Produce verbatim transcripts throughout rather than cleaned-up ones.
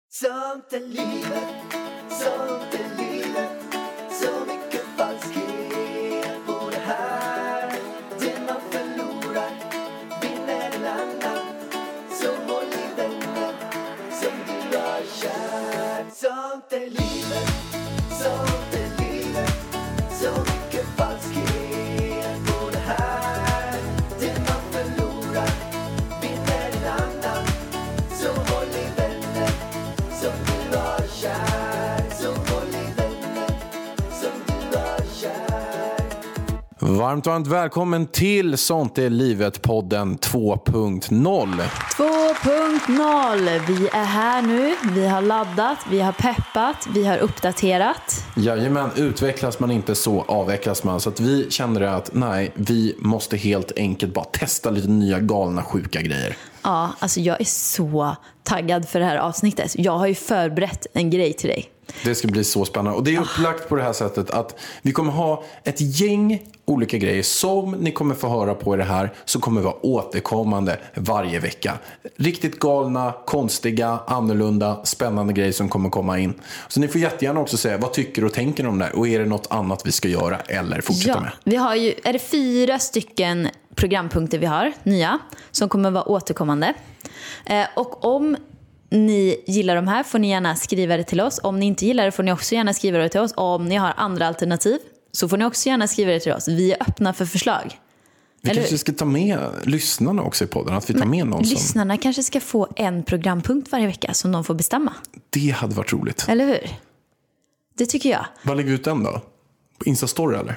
Sånt är livet, sånt är livet. Så mycket falskhet på det här. Det man förlorar vinner en annan. Så håll i vänner som du har kär. Sånt är livet, sånt är livet. Så mycket falskhet på det här. Det man förlorar vinner en annan. Så håll i vänner som du har kär. Så håll i vänner som du har kär. Varmt, varmt välkommen till Sånt är livet-podden två punkt noll. två punkt noll. Vi är här nu, vi har laddat, vi har peppat, vi har uppdaterat. Jajamän, utvecklas man inte så avvecklas man. Så att vi kände att nej, vi måste helt enkelt bara testa lite nya galna sjuka grejer. Ja, alltså jag är så taggad för det här avsnittet. Jag har ju förberett en grej till dig. Det ska bli så spännande. Och det är upplagt på det här sättet att vi kommer ha ett gäng olika grejer som ni kommer få höra på i det här, så kommer vara återkommande varje vecka. Riktigt galna, konstiga, annorlunda, spännande grejer som kommer komma in. Så ni får jättegärna också säga, vad tycker och tänker om det här? Och är det något annat vi ska göra eller fortsätta Ja, med? vi har ju, är det fyra stycken programpunkter vi har, nya, som kommer vara återkommande. Eh, och om ni gillar de här får ni gärna skriva det till oss. Om ni inte gillar det får ni också gärna skriva det till oss. Om ni har andra alternativ så får ni också gärna skriva det till oss. Vi är öppna för förslag. Vi Eller kanske hur? ska ta med lyssnarna också i podden. Att vi tar med någon som... Lyssnarna kanske ska få en programpunkt varje vecka som de får bestämma. Det hade varit roligt. Eller hur? Det tycker jag. Vad lägger vi ut den då? På Insta-story eller?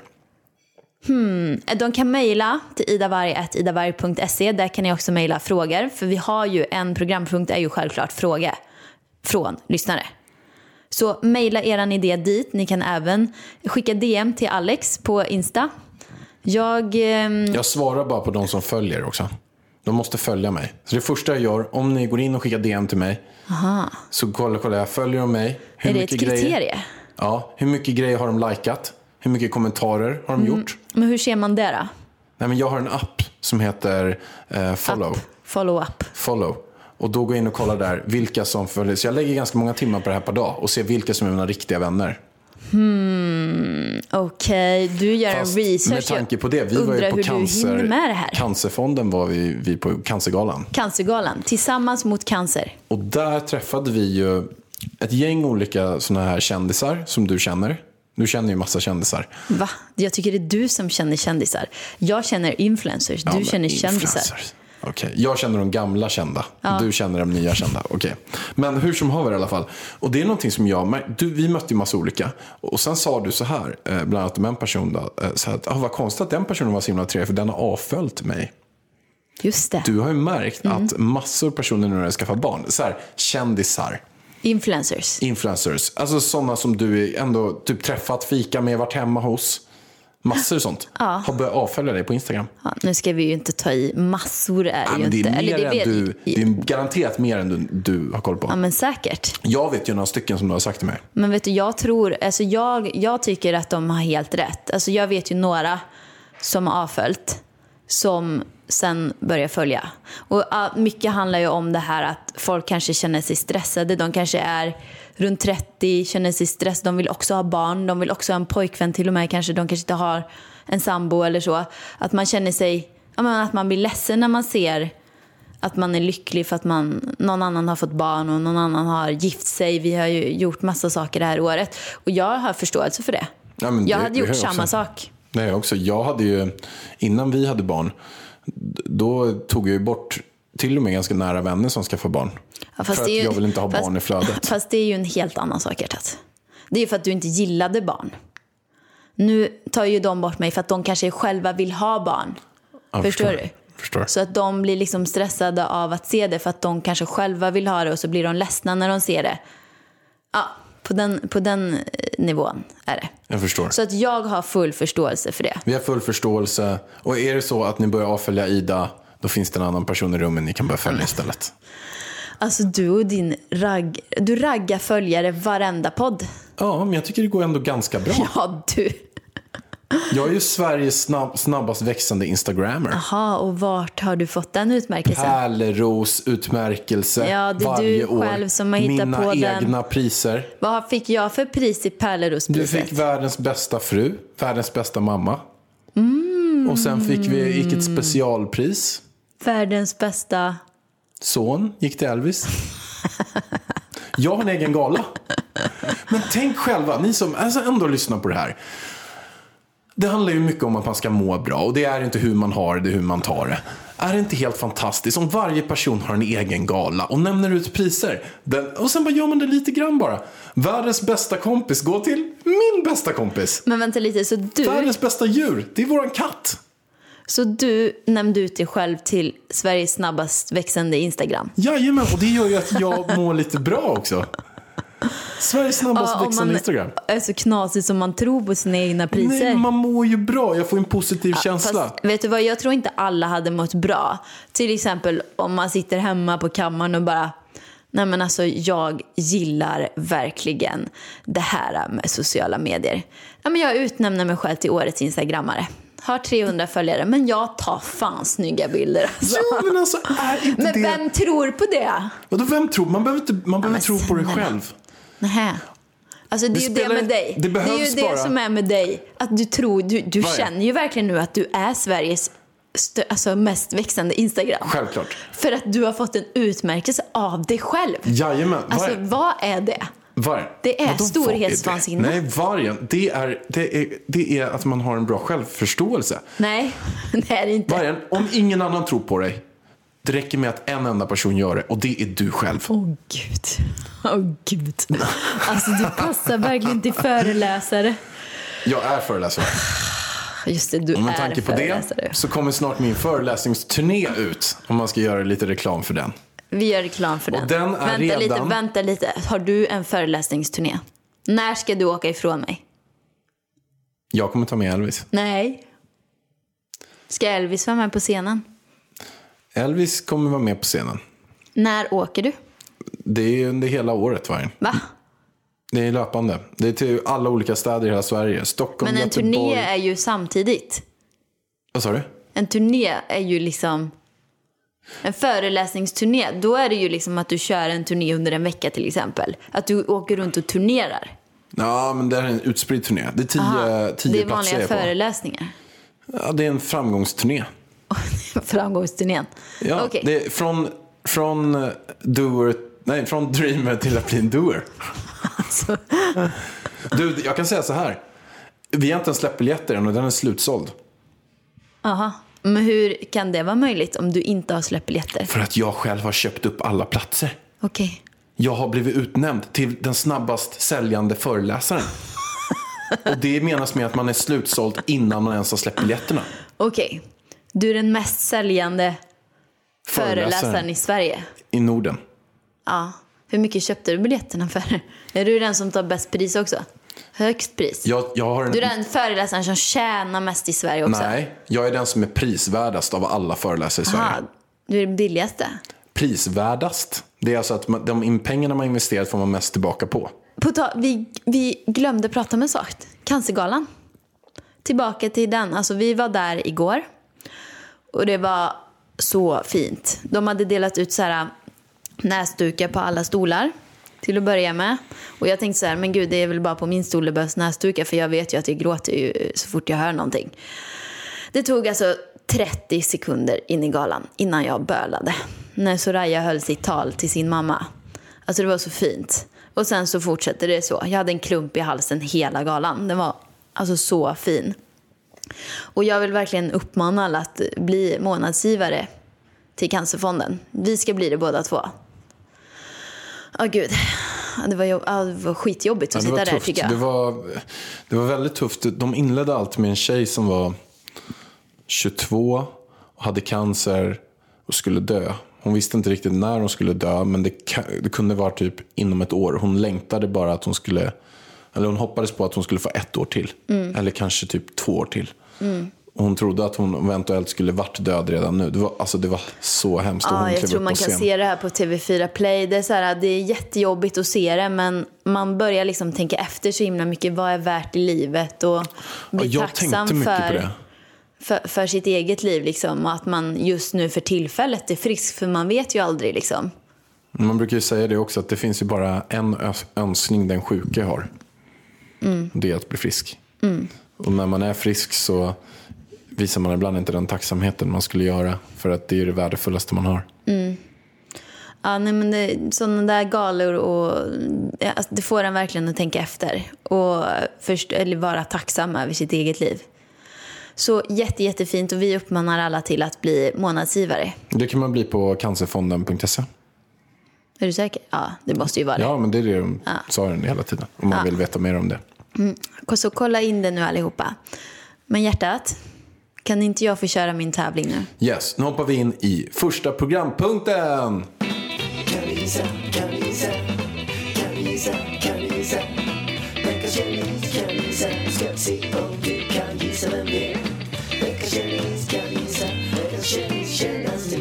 Hmm. De kan mejla till idavarg at idavarg punkt se. Där kan ni också mejla frågor. För vi har ju en programpunkt är ju självklart fråga från lyssnare. Så mejla eran idé dit. Ni kan även skicka D M till Alex på Insta. Jag... ehm, Jag svarar bara på de som följer också. De måste följa mig. Så det första jag gör, om ni går in och skickar D M till mig, Aha. så kollar kolla jag, följer de mig? Hur Är det ett mycket grejer- kriterie? Ja, hur mycket grejer har de likat? Hur mycket kommentarer har de gjort? Men hur ser man det då? Nej, men jag har en app som heter eh, Follow. App. Follow up. Follow. Och då går jag in och kollar där vilka som följer. Så jag lägger ganska många timmar på det här per dag och ser vilka som är mina riktiga vänner. Hmm, Okej, okay. Du gör Fast en research. med tanke på det, vi Jag var ju undrar på hur cancer, du hinner med det här. Cancerfonden var vi, vi på Cancergalan. Cancergalan, tillsammans mot cancer. Och där träffade vi ju ett gäng olika såna här kändisar som du känner. Du känner ju massa kändisar. Va? Jag tycker det är du som känner kändisar. Jag känner influencers, du Ja, men känner kändisar. influencers. Okej, jag känner de gamla kända. Ja. Du känner de nya kända. Okej. Men hur som haver i alla fall. Och det är någonting som jag... Du, vi mötte ju massa olika. Och sen sa du så här, eh, bland annat om en person då, eh, så här, att, ah, vad konstigt att den personen var så himla trevlig, för den har avföljt mig. Just det. Du har ju märkt Mm. att massor av personer nu när de skaffar barn, så här, kändisar, Influencers. influencers, alltså sådana som du ändå typ träffat, fika med, varit hemma hos, massor sånt, Ja. har börjat avfölja dig på Instagram. Ja, nu ska vi ju inte ta i. Massor är Ja, ju men det inte. är mer Eller än vet- du, det är garanterat mer än du, du har koll på. Ja, men säkert. Jag vet ju några stycken som du har sagt till mig. Men vet du, jag tror, alltså jag, jag tycker att de har helt rätt. Alltså jag vet ju några som har avföljt, som sen börjar följa. Och ja, mycket handlar ju om det här att folk kanske känner sig stressade. De kanske är runt trettio, känner sig stressade. De vill också ha barn, de vill också ha en pojkvän till och med. Kanske, de kanske inte har en sambo eller så. Att man känner sig, ja, men att man blir ledsen när man ser att man är lycklig för att man, någon annan har fått barn och någon annan har gift sig. Vi har ju gjort massa saker det här året. Och jag har förståelse för det. Ja, men jag det- hade det gjort har jag samma också. sak. Nej, jag också. Jag hade ju, innan vi hade barn, då tog jag ju bort till och med ganska nära vänner som ska få barn. Ja, fast för det är att ju- jag vill inte ha fast- barn i flödet. Fast det är ju en helt annan sak, hjärtat. Det är ju för att du inte gillade barn. Nu tar ju de bort mig för att de kanske själva vill ha barn. Ja, Förstår förstår. du? Förstår. Så att de blir liksom stressade av att se det för att de kanske själva vill ha det och så blir de ledsna när de ser det. Ja, på den, på den eh, nivån är det. Jag förstår. Så att jag har full förståelse för det. Vi har full förståelse. Och är det så att ni börjar avfölja Ida, då finns det en annan person i rummet ni kan börja följa istället. Alltså du och din ragg... Du raggar följare varenda podd. Ja, men jag tycker det går ändå ganska bra. Ja, du. Jag är ju Sveriges snabb, snabbast växande Instagrammer. Jaha, och vart har du fått den utmärkelsen? Pärleros utmärkelse Ja, det är varje du själv år. som har hittat Mina på den. egna priser. Vad fick jag för pris i Du Pärlerospriset? fick världens bästa fru, världens bästa mamma. Mm. Och sen fick vi gick ett specialpris. Världens bästa... Son gick till Elvis. Jag har en egen gala. Men tänk själva, ni som alltså ändå lyssnar på det här. Det handlar ju mycket om att man ska må bra. Och det är inte hur man har det, det är hur man tar det. Är det inte helt fantastiskt om varje person har en egen gala och nämner ut priser? Den, och sen bara gör man det lite grann bara. Världens bästa kompis går till min bästa kompis. Men vänta lite, så du... Världens bästa djur, det är våran katt. Så du nämnde ut dig själv till Sveriges snabbast växande Instagram? Jajamän, och det gör ju att jag mår lite bra också. Sveriges snabbast Ja, växande man Instagram. är så knasig som man tror på sina egna priser. Nej, men man mår ju bra. Jag får en positiv känsla. Fast, vet du vad, jag tror inte alla hade mått bra. Till exempel om man sitter hemma på kammaren och bara... Nej men alltså, jag gillar verkligen det här med sociala medier. Ja, men jag utnämner mig själv till årets instagrammare. Har trehundra följare, men jag tar fan snygga bilder. Alltså. Jo, men alltså, är inte Men det... vem tror på det? Vadå, vem tror? Man behöver, inte, man behöver men tro på dig snälla. själv. Nähä. Alltså det, Det är ju spelar- det med dig. det Det, är behövs ju det bara- som är med dig. Att du tror, du, du Vad är? känner ju verkligen nu att du är Sveriges stö, alltså mest växande Instagram. Självklart. För att du har fått en utmärkelse av dig själv. Jajamän. Alltså Var- vad är det? Var? Det är Vadå, storhetsvansinne. vad är det? Nej, vargen. Det är, det, är, det är att man har en bra självförståelse. Nej, det är det inte. Vargen, om ingen annan tror på dig, det räcker med att en enda person gör det. Och det är du själv. Åh oh, gud. Åh oh, gud. Alltså du passar verkligen till föreläsare. Jag är föreläsare. Just det, du Och med är tanke på föreläsare. det så kommer snart min föreläsningsturné ut. Om man ska göra lite reklam för den. Vi gör reklam för den. Och den är vänta redan- lite, vänta lite. Har du en föreläsningsturné? När ska du åka ifrån mig? Jag kommer ta med Elvis. Nej. Ska Elvis vara med på scenen? Elvis kommer vara med på scenen. När åker du? Det är under hela året, vargen. Va? Det är löpande. Det är till alla olika städer i hela Sverige. Stockholm, Men en Göteborg. turné är ju samtidigt. Vad sa du? En turné är ju liksom... En föreläsningsturné, då är det ju liksom att du kör en turné under en vecka till exempel. Att du åker runt och turnerar. Ja, men det är en utspridd turné. Det är tio, Aha, tio det är platser vanliga jag är på. föreläsningar. Ja, det är en framgångsturné. Framgångsturnén. Ja, Okej. det är från, från eh, doer, nej, från dreamer till att bli en doer. Alltså. Du, jag kan säga så här. Vi har inte ens släppt biljetter än och den är slutsåld. Aha. Men hur kan det vara möjligt om du inte har släppt biljetter? För att jag själv har köpt upp alla platser. Okej. Jag har blivit utnämnd till den snabbast säljande föreläsaren. Och det menas med att man är slutsåld innan man ens har släppt biljetterna. Okej. Du är den mest säljande Föreläsaren. föreläsaren i Sverige. I Norden. Ja. Hur mycket köpte du biljetterna för? Är du den som tar bäst pris också? Högst pris? Jag, jag har en... Du är den föreläsaren som tjänar mest i Sverige också? Nej, jag är den som är prisvärdast av alla föreläsare i Sverige. Aha, du är den billigaste. Prisvärdast. Det är alltså att man, de pengarna man investerat får man mest tillbaka på. På ta- vi, vi glömde prata med en sak. Cancergalan. Tillbaka till den. Alltså vi var där igår. Och det var så fint. De hade delat ut så här näsdukar på alla stolar. Till att börja med. Och jag tänkte så här, men gud, det är väl bara på min stol det behövs näsdukar. För jag vet ju att jag gråter ju så fort jag hör någonting. Det tog alltså trettio sekunder in i galan innan jag bölade. När Soraya höll sitt tal till sin mamma. Alltså det var så fint. Och sen så fortsätter det så. Jag hade en klump i halsen hela galan. Den var alltså så fin. Och jag vill verkligen uppmana alla att bli månadsgivare till Cancerfonden. Vi ska bli det båda två. Åh gud. Det var, jobb- ja, det var skitjobbigt att Ja, det sitta var där tufft. tycker jag. Det var, det var väldigt tufft. De inledde allt med en tjej som var tjugotvå och hade cancer och skulle dö. Hon visste inte riktigt när hon skulle dö, men det, det kunde vara typ inom ett år. Hon längtade bara att hon skulle, eller hon hoppades på att hon skulle få ett år till. Mm. Eller kanske typ två år till. Mm. Och hon trodde att hon eventuellt skulle varit död redan nu. Det var, alltså, det var så hemskt. Ja, hon jag klev tror upp man på kan scen. se det här på T V fyra Play. Det är, så här, det är jättejobbigt att se det, men man börjar liksom tänka efter så himla mycket. Vad är värt i livet? Och bli Ja, jag tacksam tänkte mycket för, på det. För, för sitt eget liv. Liksom, och att man just nu för tillfället är frisk. För man vet ju aldrig. Liksom. Man brukar ju säga det också, att det finns ju bara en ö- önskning den sjuka har. Mm. Det är att bli frisk. Mm. Och när man är frisk så visar man ibland inte den tacksamheten man skulle göra. För att det är det värdefullaste man har. Mm. Ja, nej, men det, sådana där galor och, alltså, det får en verkligen att tänka efter. Och först, eller vara tacksam över sitt eget liv. Så jätte, jättefint, och vi uppmanar alla till att bli månadsgivare. Det kan man bli på cancerfonden punkt se. Är du säker? Ja, det måste ju vara det. Ja, men det är det de Ja. sa den hela tiden. Om man Ja. vill veta mer om det. Mm. Så kolla in det nu allihopa. Men hjärtat, kan inte jag få köra min tävling nu? Yes, nu hoppar vi in i första programpunkten. Kan du gissa, kan du gissa, kan du gissa, kan du gissa? Veckans kändis, kan du gissa? Ska vi se om du kan gissa vem det är? Veckans kändis, kan du gissa? Veckans kändis, kändaste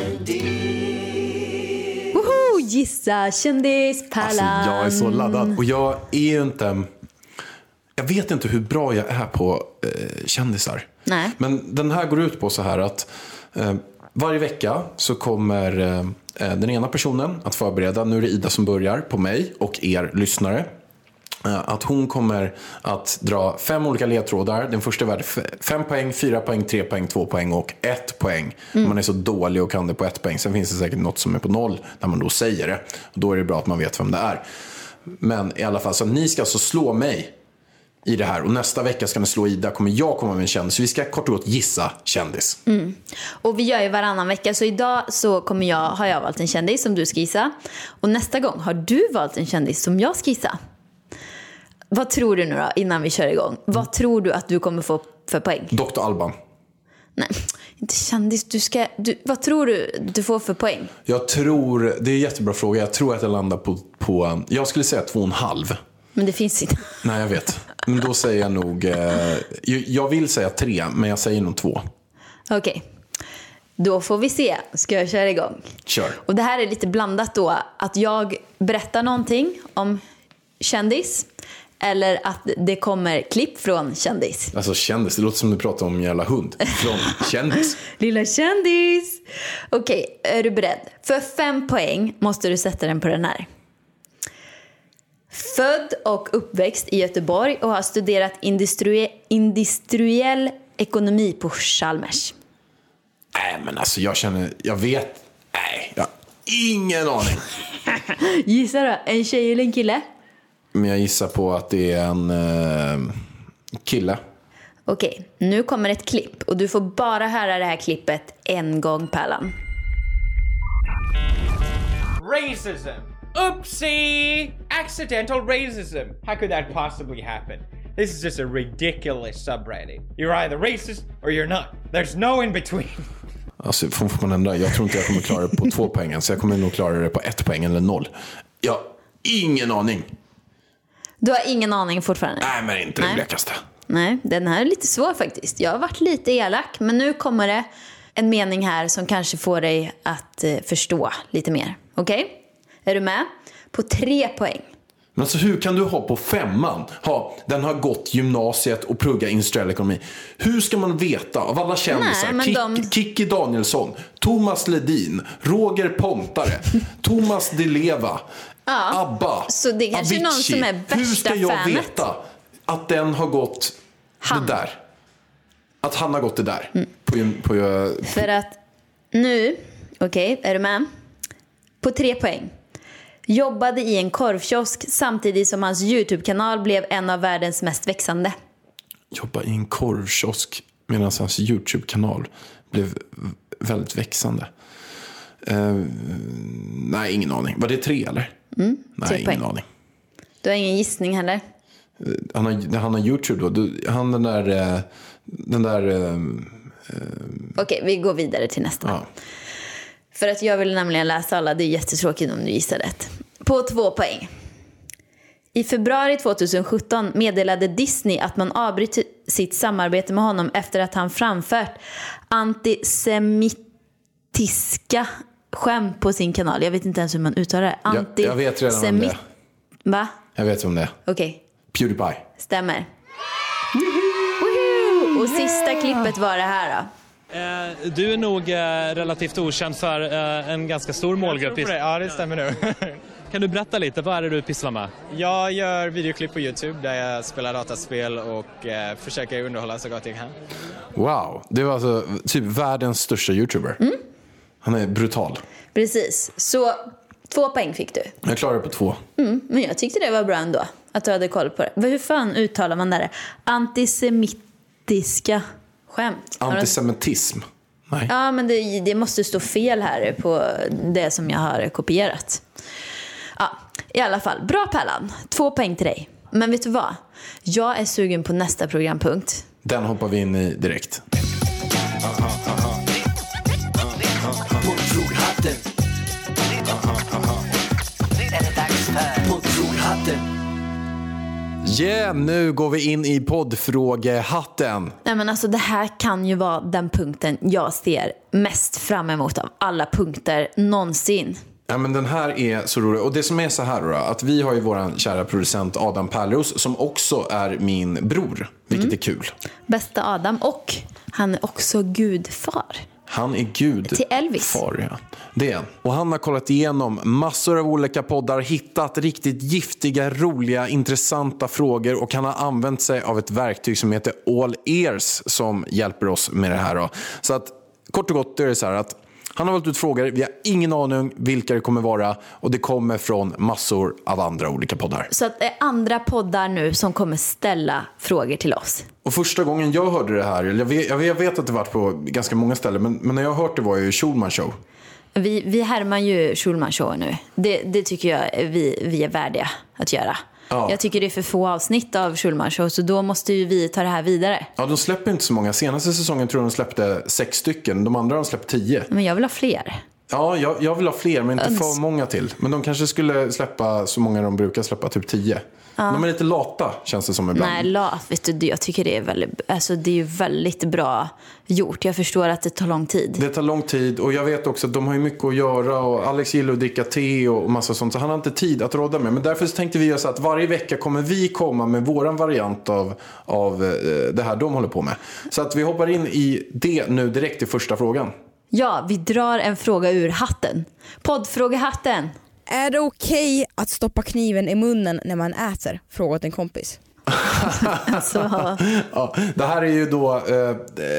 kändis. Woho! Gissa kändispärlan. Alltså, jag är så laddad. Och jag är ju inte... Jag vet inte hur bra jag är på eh, kändisar. Nej. Men den här går ut på så här att eh, varje vecka så kommer eh, den ena personen att förbereda, nu är det Ida som börjar, på mig och er lyssnare. Eh, att hon kommer att dra fem olika ledtrådar. Den första är värd fem poäng, fyra poäng, tre poäng, två poäng och ett poäng. Mm. Man är så dålig och kan det på ett poäng. Sen finns det säkert något som är på noll när man då säger det. Och då är det bra att man vet vem det är. Men i alla fall, så ni ska alltså slå mig i det här. Och nästa vecka ska ni slå Ida, kommer jag komma med en kändis. Så vi ska kort och gott gissa kändis. Mm. Och vi gör ju varannan vecka. Så idag så kommer jag, har jag valt en kändis som du ska gissa. Och nästa gång har du valt en kändis som jag ska gissa. Vad tror du nu då, innan vi kör igång? Vad tror du att du kommer få för poäng? doktor Alban. Nej, inte kändis. Du ska, du, vad tror du du får för poäng? Jag tror, det är en jättebra fråga. Jag tror att jag landar på, på jag skulle säga två och en halv. Men det finns inte. Nej, jag vet. Men då säger jag nog, eh, jag vill säga tre, men jag säger nog två. Okej, okay. Då får vi se. Ska jag köra igång? Kör. Och det här är lite blandat då. Att jag berättar någonting om kändis. Eller att det kommer klipp från kändis. Alltså kändis, det låter som du pratar om en jävla hund. Från kändis. Lilla kändis. Okej, okay, är du beredd? För fem poäng måste du sätta den på den här. Född och uppväxt i Göteborg och har studerat industrie- industriell ekonomi på Chalmers. Nej, men alltså jag känner, jag vet, nej, jag har ingen aning. Gissa då, en tjej eller en kille? Men jag gissar på att det är en eh, kille. Okej, nu kommer ett klipp och du får bara höra det här klippet en gång, Pärlan. Racism! Oopsie! Accidental racism! How could that possibly happen? This is just a ridiculous subreddit. You're either racist or you're not. There's no in between. Alltså får man ändra. Jag tror inte jag kommer klara det på två poäng. Så jag kommer nog klara det på ett poäng eller noll. Jag har ingen aning. Du har ingen aning fortfarande? Nej, men inte det blekaste. Nej, den här är lite svår faktiskt. Jag har varit lite elak, men nu kommer det en mening här som kanske får dig att eh, förstå lite mer. Okej? Okay? Är du med? På tre poäng. Men alltså hur kan du ha på femman? Ha, den har gått gymnasiet och plugga industriell ekonomi. Hur ska man veta av alla kändisar? Nej, Kik- de... Kikki Danielsson, Thomas Ledin, Roger Pontare, Thomas Di Leva, ja, Abba, så det kanske Avicii. Är någon som är värsta hur ska jag fanet? veta att den har gått han. det där? Att han har gått det där. Mm. På, på, på... För att nu, okej, okay, är du med? På tre poäng. Jobbade i en korvkiosk samtidigt som hans YouTube-kanal blev en av världens mest växande. Jobba i en korvkiosk medan hans YouTube-kanal blev väldigt växande. Uh, nej, ingen aning. Var det tre eller? Mm, nej, tre ingen poäng. aning. Du har ingen gissning heller? Uh, han, har, han har YouTube då. Du, han den där... Uh, den där... Uh, uh, Okej, vi går vidare till nästa. Ja. För att jag vill nämligen läsa alla. Det är jättetråkigt om du gissar rätt. På två poäng. I februari tjugohundrasjutton meddelade Disney att man avbryter, sitt samarbete med honom efter att han framfört antisemitiska skämt på sin kanal. Jag vet inte ens hur man uttalar det. Jag, jag vet redan om det. Va? Jag vet om det. Okej. Okay. PewDiePie. Stämmer. Woho! Och sista klippet var det här då. Eh, du är nog eh, relativt okänd för eh, en ganska stor målgrupp. Det. Ja, det stämmer nu. Kan du berätta lite, vad är det du pysslar med? Jag gör videoklipp på YouTube där jag spelar dataspel och eh, försöker underhålla så gott jag kan. Wow, det var alltså typ världens största YouTuber. Mm. Han är brutal. Precis, så två poäng fick du. Jag klarade på två. Mm, men jag tyckte det var bra ändå, att du hade koll på det. Hur fan uttalar man det där? Antisemitiska skämt. Antisemitism? Nej. Ja, men det, det måste stå fel här på det som jag har kopierat. Ja, i alla fall. Bra Pallan. Två poäng till dig. Men vet du vad? Jag är sugen på nästa programpunkt. Den hoppar vi in i direkt. Yeah, nu går vi in i poddfrågehatten. Nej, men alltså det här kan ju vara den punkten jag ser mest fram emot av alla punkter någonsin. Ja, men den här är så rolig. Och det som är så här då, att vi har ju våran kära producent Adam Pärleros som också är min bror, vilket mm. är kul. Bästa Adam, och han är också gudfar. Han är gud till Elvis. Far, ja. Det är han. Och han har kollat igenom massor av olika poddar, hittat riktigt giftiga, roliga, intressanta frågor och han har använt sig av ett verktyg som heter All Ears som hjälper oss med det här då. Så att kort och gott är det så här att han har valt ut frågor, vi har ingen aning vilka det kommer vara och det kommer från massor av andra olika poddar. Så att det är andra poddar nu som kommer ställa frågor till oss. Och första gången jag hörde det här, jag vet, jag vet att det var på ganska många ställen, men, men när jag hört det var ju Schulman Show. Vi, vi härmar ju Schulman Show nu. Det, det tycker jag vi, vi är värdiga att göra. Ja. Jag tycker det är för få avsnitt av Schulman Show, så då måste ju vi ta det här vidare. Ja, de släpper inte så många. Senaste säsongen tror jag de släppte sex stycken. De andra har släppt tio. Men jag vill ha fler. Ja, jag, jag vill ha fler, men inte för många till. Men de kanske skulle släppa så många de brukar släppa, typ tio. Ja. De är lite lata, känns det som ibland. Nej, lat, vet du, jag tycker det är väldigt, alltså det är ju väldigt bra gjort. Jag förstår att det tar lång tid. Det tar lång tid och jag vet också att de har ju mycket att göra och Alex gillar att dricka te och massa sånt, så han har inte tid att råda med. Men därför så tänkte vi göra så att varje vecka kommer vi komma med våran variant av, av det här de håller på med. Så att vi hoppar in i det nu direkt i första frågan. Ja, vi drar en fråga ur hatten. Poddfrågehatten. Är det okej att stoppa kniven i munnen när man äter? Frågat en kompis. alltså. Ja, det här är ju då eh,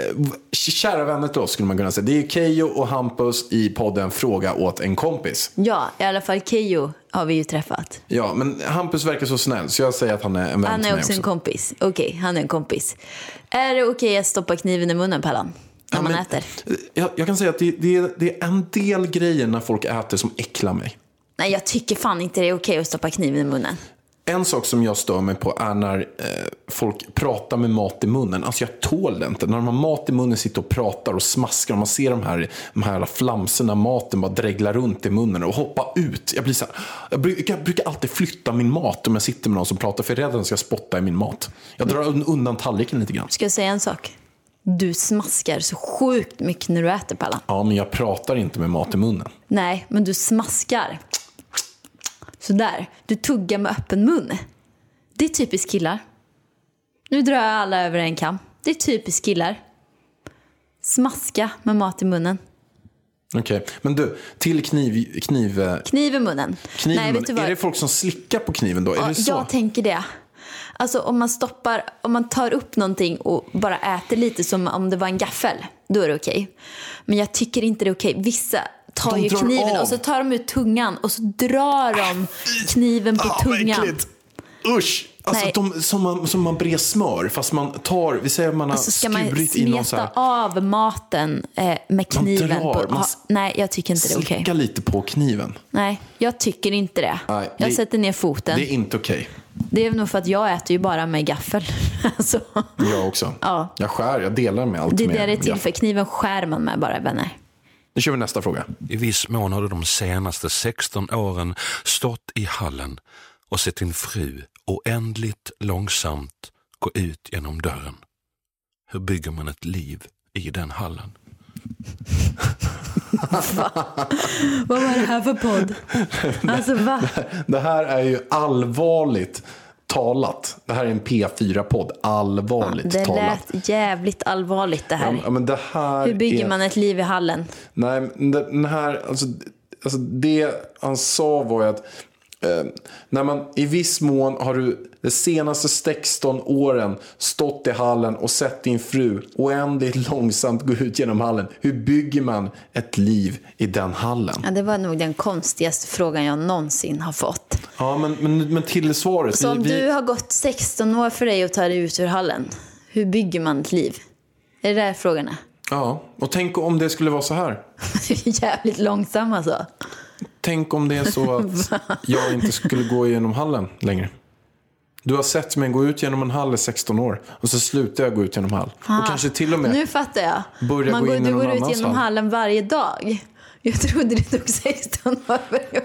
kära vänner till oss skulle man kunna säga. Det är Keyyo och Hampus i podden Fråga åt en kompis. Ja, i alla fall Keyyo har vi ju träffat. Ja, men Hampus verkar så snäll så jag säger att han är en vän. Han är också, också en kompis. Okej, okay, han är en kompis. Är det okej att stoppa kniven i munnen, Pallan? När ja, man men, äter? Jag, jag kan säga att det, det, det är en del grejer när folk äter som äcklar mig. Nej, jag tycker fan inte det är okej att stoppa kniven i munnen. En sak som jag stör mig på är när eh, folk pratar med mat i munnen. Alltså jag tål det inte. När de har mat i munnen, sitter och pratar och smaskar. Och man ser de här, de här flamserna, maten bara dreglar runt i munnen och hoppa ut. Jag, blir så här, jag, brukar, jag brukar alltid flytta min mat om jag sitter med någon som pratar. För jag är rädd att de ska spotta i min mat. Jag drar mm. undan tallriken lite grann. Ska jag säga en sak? Du smaskar så sjukt mycket när du äter, Pallan. Ja, men jag pratar inte med mat i munnen. Nej, men du smaskar. Sådär, du tuggar med öppen mun. Det är typiskt killar. Nu drar jag alla över en kam. Det är typiskt killar. Smaska med mat i munnen. Okej, okay. Men du, till kniv... Kniv, kniv i munnen. Kniv Nej, vet du vad? Är det folk som slickar på kniven då? Är ja, det så? Jag tänker det. Alltså om man stoppar, om man tar upp någonting och bara äter lite som om det var en gaffel, då är det okej. Okay. Men jag tycker inte det är okej. Okay. Vissa tar de ju kniven av. Och så tar de ut tungan och så drar de kniven på ah, tungan. Äckligt. Usch! Alltså de, som, man, som man brer smör, fast man tar, vi säger att man har alltså skurit in någon så här. Ska man smeta av maten eh, med kniven? Man drar, på, man ha, nej, jag tycker inte det är okej. Slicka lite på kniven. Nej, jag tycker inte det. Nej, jag det, sätter ner foten. Det är inte okej. Det är nog för att jag äter ju bara med gaffel. alltså. Jag också. Ja. Jag skär, jag delar med allt. Det är med det det är till, för kniven skär man med bara, vänner. Nu kör vi nästa fråga. I viss mån har du de senaste sexton åren stått i hallen och sett din fru oändligt långsamt gå ut genom dörren. Hur bygger man ett liv i den hallen? Vad var det här för podd? Alltså va? Det här är ju allvarligt talat. Det här är en P fyra-podd. Allvarligt Det talat. lät jävligt allvarligt det här. Ja, men det här Hur bygger är... man ett liv i hallen? Nej, men den här... Alltså, alltså det han sa var ju att eh, när man i viss mån har du de senaste sexton åren stått i hallen och sett din fru oändligt långsamt gå ut genom hallen. Hur bygger man ett liv i den hallen? Ja, det var nog den konstigaste frågan jag någonsin har fått. Ja, men, men, men till svaret. Så om vi, vi... du har gått sexton år för dig och tar dig ut ur hallen, hur bygger man ett liv? Är det där frågorna? Ja, och tänk om det skulle vara så här. Jävligt långsam alltså. Tänk om det är så att jag inte skulle gå igenom hallen längre. Du har sett mig gå ut genom en hall i sexton år. Och så slutar jag gå ut genom hall. Ah, och kanske till och med nu fattar jag. börja Man gå går, in du i någon går ut annans genom hall. hallen varje dag. Jag trodde det tog sexton år för dig.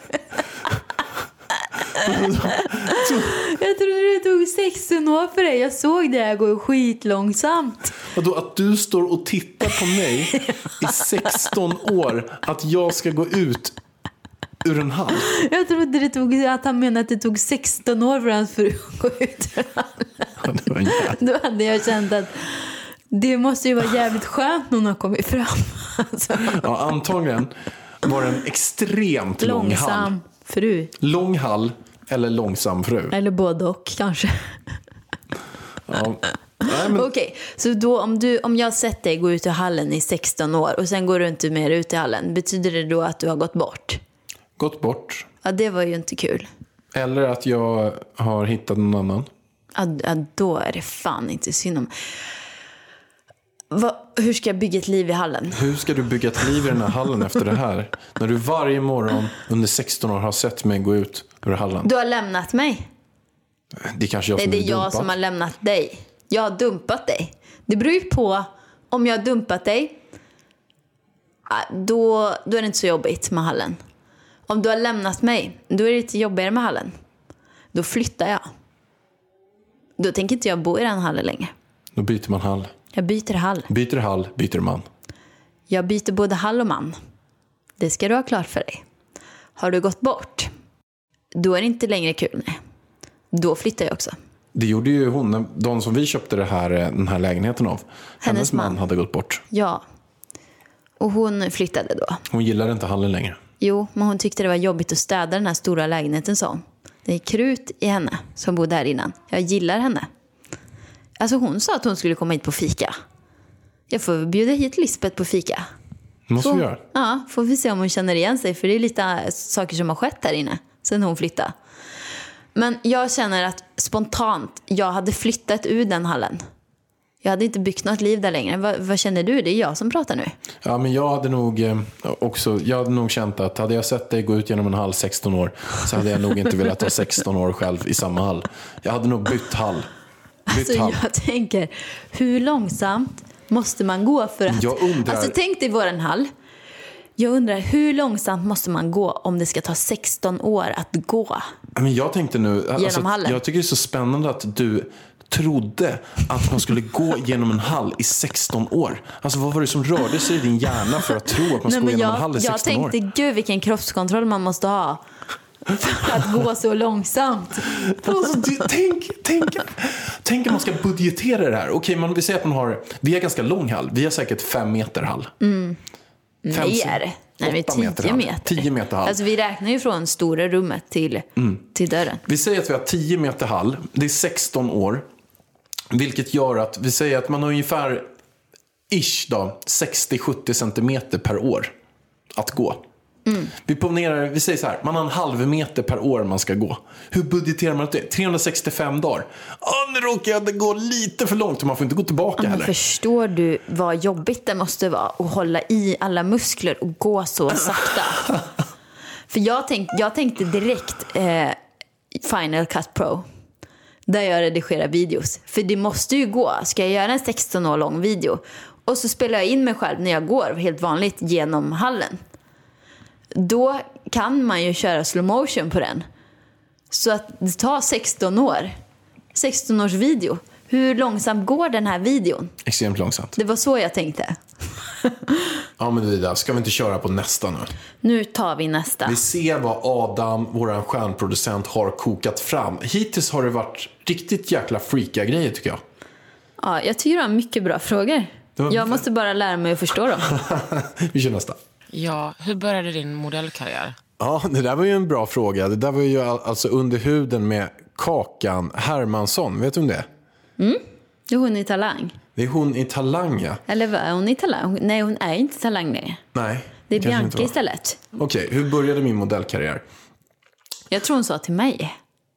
Jag trodde det tog sexton år för dig. Jag såg det här gå skitlångsamt. Och då att du står och tittar på mig i sexton år. Att jag ska gå ut ur en hall. Jag trodde det tog, att han menade att det tog sexton år för hans fru att gå ut ur hallen. Ja, det var en jävla... Då hade jag känt att det måste ju vara jävligt skönt när hon har kommit fram. Alltså. Ja, antagligen var det en extremt lång hall. Långsam fru. Lång hall eller långsam fru. Eller både och kanske. Ja. Nej, men... Okej, så då om, du, om jag sett dig gå ut i hallen i sexton år och sen går du inte mer ut i hallen, betyder det då att du har gått bort? Gått bort. Ja, det var ju inte kul. Eller att jag har hittat någon annan. Ja, ja, då är det fan inte synd om. Va, hur ska jag bygga ett liv i hallen? Hur ska du bygga ett liv i den här hallen efter det här? När du varje morgon under sexton år har sett mig gå ut ur hallen. Du har lämnat mig. Det är kanske jag Nej, som det är är jag dumpat. som har lämnat dig. Jag har dumpat dig. Det beror ju på om jag har dumpat dig. Då, då är det inte så jobbigt med hallen. Om du har lämnat mig, då är det lite jobbigare med hallen. Då flyttar jag. Då tänker inte jag bo i den hallen längre. Då byter man hall. Jag byter hall. Byter hall, byter man. Jag byter både hall och man. Det ska du ha klart för dig. Har du gått bort, då är det inte längre kul. Nej. Då flyttar jag också. Det gjorde ju hon, de som vi köpte det här, den här lägenheten av. Hennes, Hennes man. man hade gått bort. Ja. Och hon flyttade då. Hon gillade inte hallen längre. Jo, men hon tyckte det var jobbigt att städa den här stora lägenheten, sa hon. Det är krut i henne som bodde här innan. Jag gillar henne. Alltså hon sa att hon skulle komma hit på fika. Jag får bjuda hit Lisbeth på fika. Måste får, vi göra. Ja, får vi se om hon känner igen sig. För det är lite saker som har skett här inne sen hon flyttade. Men jag känner att spontant, jag hade flyttat ur den hallen. Jag hade inte byggt något liv där längre. Vad, vad känner du? Det är jag som pratar nu. Ja, men jag hade nog eh, också, jag hade nog känt att hade jag sett dig gå ut genom en hall sexton år så hade jag nog inte velat ha sexton år själv i samma hall. Jag hade nog bytt hall. Bytt Alltså hall. jag tänker, hur långsamt måste man gå för att... Jag undrar... Alltså tänk dig våran hall. Jag undrar, hur långsamt måste man gå om det ska ta sexton år att gå? Men jag tänkte nu, alltså, hallen. jag tycker det är så spännande att du trodde att man skulle gå genom en hall i sexton år. Alltså vad var det som rörde sig i din hjärna för att tro att man skulle gå genom jag, en hall i sexton jag år? tänkte, gud vilken kroppskontroll man måste ha för att gå så långsamt. Alltså, du, tänk, tänk, tänk att man ska budgetera det här. Okej, man, vi säger att man har, vi har ganska lång hall. Vi har säkert fem meter hall. Mm. Fem, Nej, är det? Nej, det är tio meter. meter. tio meter hall. Alltså vi räknar ju från stora rummet till, mm. till dörren. Vi säger att vi har tio meter hall. Det är sexton år. Vilket gör att vi säger att man har ungefär ish då, sextio till sjuttio centimeter per år att gå. Mm. Vi ponerar, vi säger så här, man har en halv meter per år man ska gå. Hur budgeterar man det? trehundrasextiofem dagar. Åh, nu råkar jag det gå lite för långt och man får inte gå tillbaka Men heller. förstår du vad jobbigt det måste vara att hålla i alla muskler och gå så sakta? För jag tänkte, jag tänkte direkt eh, Final Cut Pro. Där jag redigerar videos. För det måste ju gå. Ska jag göra en sexton år lång video och så spelar jag in mig själv när jag går helt vanligt genom hallen, då kan man ju köra slow motion på den. Så att det tar sexton år. sexton års video. Hur långsamt går den här videon? Extremt långsamt. Det var så jag tänkte. Ja, men det där. Ska vi inte köra på nästa nu? Nu tar vi nästa. Vi ser vad Adam, våran stjärnproducent, har kokat fram. Hittills har det varit riktigt jäkla freakiga grejer, tycker jag. Ja, jag tycker du har mycket bra frågor. var- Jag måste bara lära mig att förstå dem. Vi kör nästa. Ja, hur började din modellkarriär? Ja, det där var ju en bra fråga. Det där var ju all- alltså under huden med Kakan Hermansson. Vet du om det? Det är hon i Talang. Det är hon i Talang, ja. Eller vad är hon i Talang? Hon- Nej, hon är inte Talang längre. Nej. Det är kanske inte Bianca var. istället. Okej, hur började min modellkarriär? Jag tror hon sa till mig.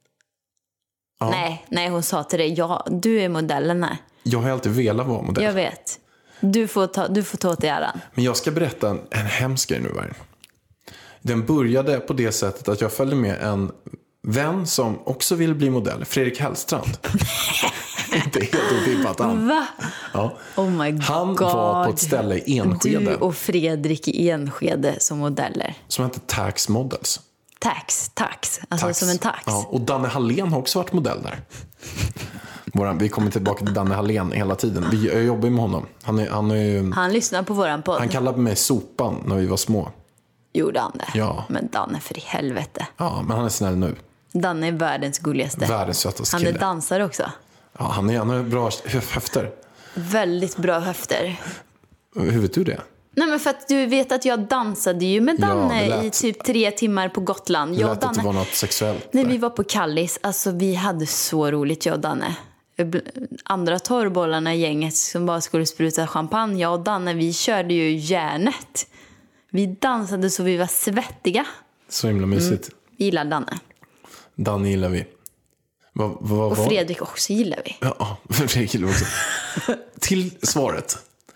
Nej, nej, hon sa till dig. Ja, du är modellen här. Jag har alltid velat vara modell. Jag vet. Du får ta, du får ta åt dig äran. Men jag ska berätta en, en hemsk grej nu. Vargen. Den började på det sättet att jag följde med en vän som också ville bli modell. Fredrik Hellstrand. Inte helt otippat han. Va? Ja. Oh my god. Han var på ett ställe i Enskede. Du och Fredrik i Enskede som modeller. Som hette Tax Models. Tax, tax. Alltså Tax. som en tax. Ja, och Danne Hallén har också varit modell där. Våran, vi kommer tillbaka till Danne Hallén hela tiden. Vi, jag jobbar med honom. Han, är, han, är ju, Han lyssnar på våran podd. han kallade mig Sopan när vi var små. Gjorde han det? Ja. Men Danne, för i helvete. Ja, men han är snäll nu. Danne är världens gulligaste. Världens sötaste Han är kille. dansare också. Ja, han, är, han har bra höf- höfter. Väldigt bra höfter. Hur vet du det? Nej, men för att du vet att jag dansade ju med Ja, Danne det lät- i typ tre timmar på Gotland. Det Jag och lät att det Danne... var något sexuellt. Nej, där. vi var på Kallis. Alltså vi hade så roligt, jag och Danne. Andra torrbollarna i gänget som bara skulle spruta champagne. Jag och Danne, vi körde ju järnet. Vi dansade så vi var svettiga. Så himla mysigt. Vi gillar Danne. Danne gillar vi. Vad, vad, Och vad? Fredrik också gillar vi. Ja, Fredrik gillar vi också. Till svaret.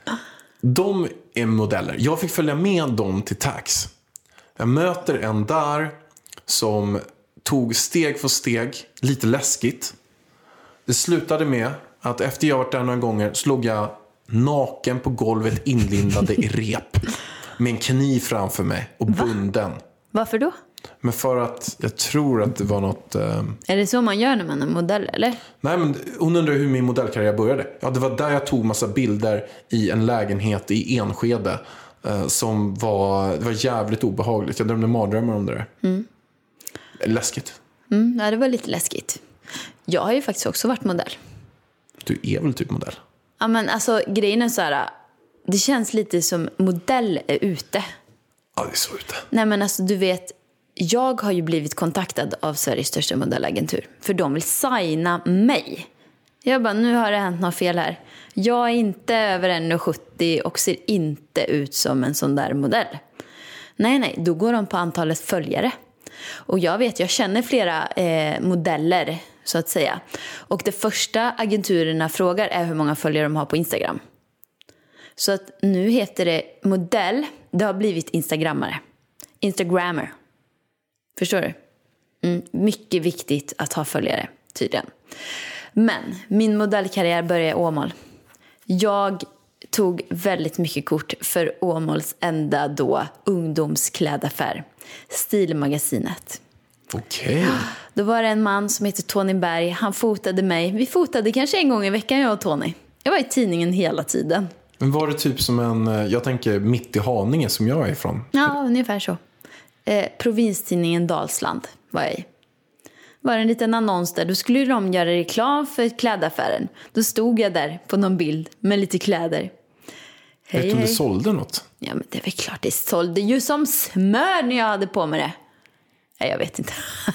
De är modeller. Jag fick följa med dem till Tax. Jag möter en där som tog steg för steg, lite läskigt. Det slutade med att efter jag varit där några gånger slog jag naken på golvet inlindade i rep. Med en kniv framför mig och bunden. Varför då? Men för att jag tror att det var något... Eh... Är det så man gör när man är modell, eller? Nej, men hon undrar hur min modellkarriär började. Ja, det var där jag tog massa bilder i en lägenhet i Enskede. Eh, som var, det var jävligt obehagligt. Jag drömde mardrömmar om det där. Mm. Läskigt. Mm, ja, det var lite läskigt. Jag har ju faktiskt också varit modell. Du är väl typ modell? Ja, men alltså grejen är så här. Det känns lite som modell är ute. Ja, det är så ute. Nej, men alltså du vet, jag har ju blivit kontaktad av Sveriges största modellagentur. För de vill signa mig. Jag bara, nu har det hänt något fel här. Jag är inte över en komma sjuttio och ser inte ut som en sån där modell. Nej, nej, då går de på antalet följare. Och jag vet, jag känner flera eh, modeller så att säga. Och det första agenturerna frågar är hur många följare de har på Instagram. Så att nu heter det modell, det har blivit instagrammare. Instagrammer. Förstår du? Mm, mycket viktigt att ha följare, tydligen. Men min modellkarriär började i Åmål. Jag tog väldigt mycket kort för Åmåls enda då ungdomsklädaffär. Stilmagasinet. Okej. Okay. Då var det en man som heter Tony Berg. Han fotade mig. Vi fotade kanske en gång i veckan, jag och Tony. Jag var i tidningen hela tiden. Men var det typ som en, jag tänker mitt i Haninge som jag är ifrån? Ja, ungefär så. Eh, provinstidningen Dalsland var jag i. Var en liten annons där. Då skulle de göra reklam för klädaffären. Då stod jag där på någon bild med lite kläder. Hej, Vet du om hej. det sålde något? Ja, men det är väl klart det sålde ju som smör när jag hade på mig det. Nej, jag vet inte.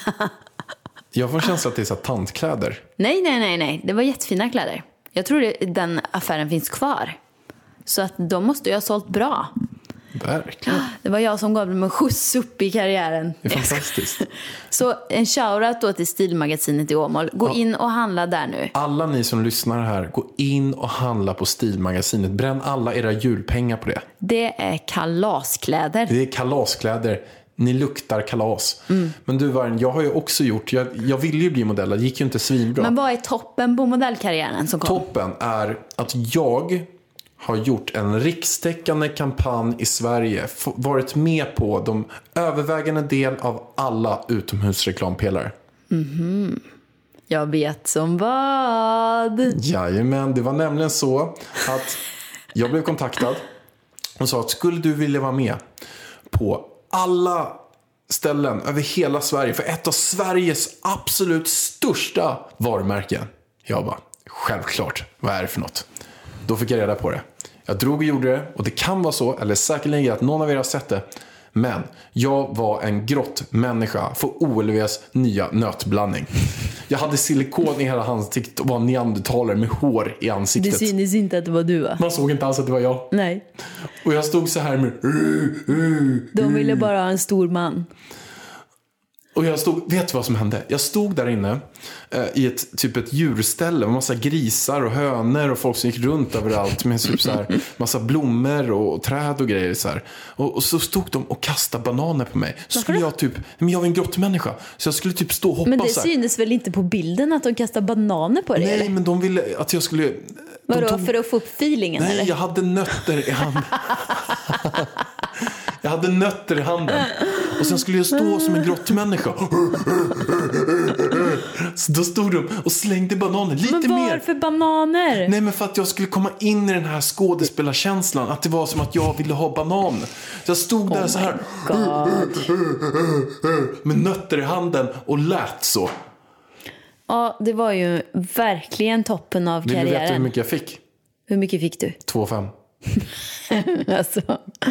Jag får känsla att det är så här tantkläder. nej, nej, nej, nej. Det var jättefina kläder. Jag tror det, den affären finns kvar. Så att de måste ju ha sålt bra. Verkligen. Det var jag som gav dem en skjuts upp i karriären. Det är fantastiskt. Så en shoutout då till Stilmagasinet i Åmål. Gå Ja. in och handla där nu. Alla ni som lyssnar här, gå in och handla på Stilmagasinet. Bränn alla era julpengar på det. Det är kalaskläder. Det är kalaskläder. Ni luktar kalas. Mm. Men du Vargen, jag har ju också gjort, jag, jag ville ju bli modell, det gick ju inte svinbra. Men vad är toppen på modellkarriären som kom? Toppen är att jag har gjort en rikstäckande kampanj i Sverige. F- varit med på de övervägande del av alla utomhusreklampelare. Mm-hmm. Jag vet som vad. Jajamän, det var nämligen så att jag blev kontaktad och sa att skulle du vilja vara med på alla ställen över hela Sverige för ett av Sveriges absolut största varumärken. Jag bara, självklart, vad är det för något? Då fick jag reda på det. Jag drog och gjorde det och det kan vara så, eller säkerligen att någon av er har sett det. Men jag var en grottmänniska för O L V:s nya nötblandning. Jag hade silikon i hela ansiktet och var neandertalare med hår i ansiktet. Det syntes inte att det var du, va? Man såg inte alls att det var jag. Nej. Och jag stod så här med... De ville bara ha en stor man. Och jag stod, vet du vad som hände? Jag stod där inne eh, i ett typ ett djurställe med massa grisar och hönor och folk som gick runt överallt med typ så här massa blommor och, och träd och grejer så här. Och, och så stod de och kastade bananer på mig. Så skulle jag typ, men jag var en grottmänniska så jag skulle typ stå och hoppa. Men det så här. Syntes väl inte på bilden att de kastade bananer på dig? Nej, eller? men de ville att jag skulle. Vadå, tog... för att få upp feelingen? Nej, eller? jag hade nötter i handen. Jag hade nötter i handen. Och sen skulle jag stå som en grottmänniska. Så då stod de och slängde bananer lite mer. Men varför mer. bananer? Nej, men för att jag skulle komma in i den här skådespelarkänslan. Att det var som att jag ville ha banan. Så jag stod där oh så här. Med nötter i handen och lät så. Ja, det var ju verkligen toppen av Vill karriären. du veta hur mycket jag fick? Hur mycket fick du? två komma fem. alltså,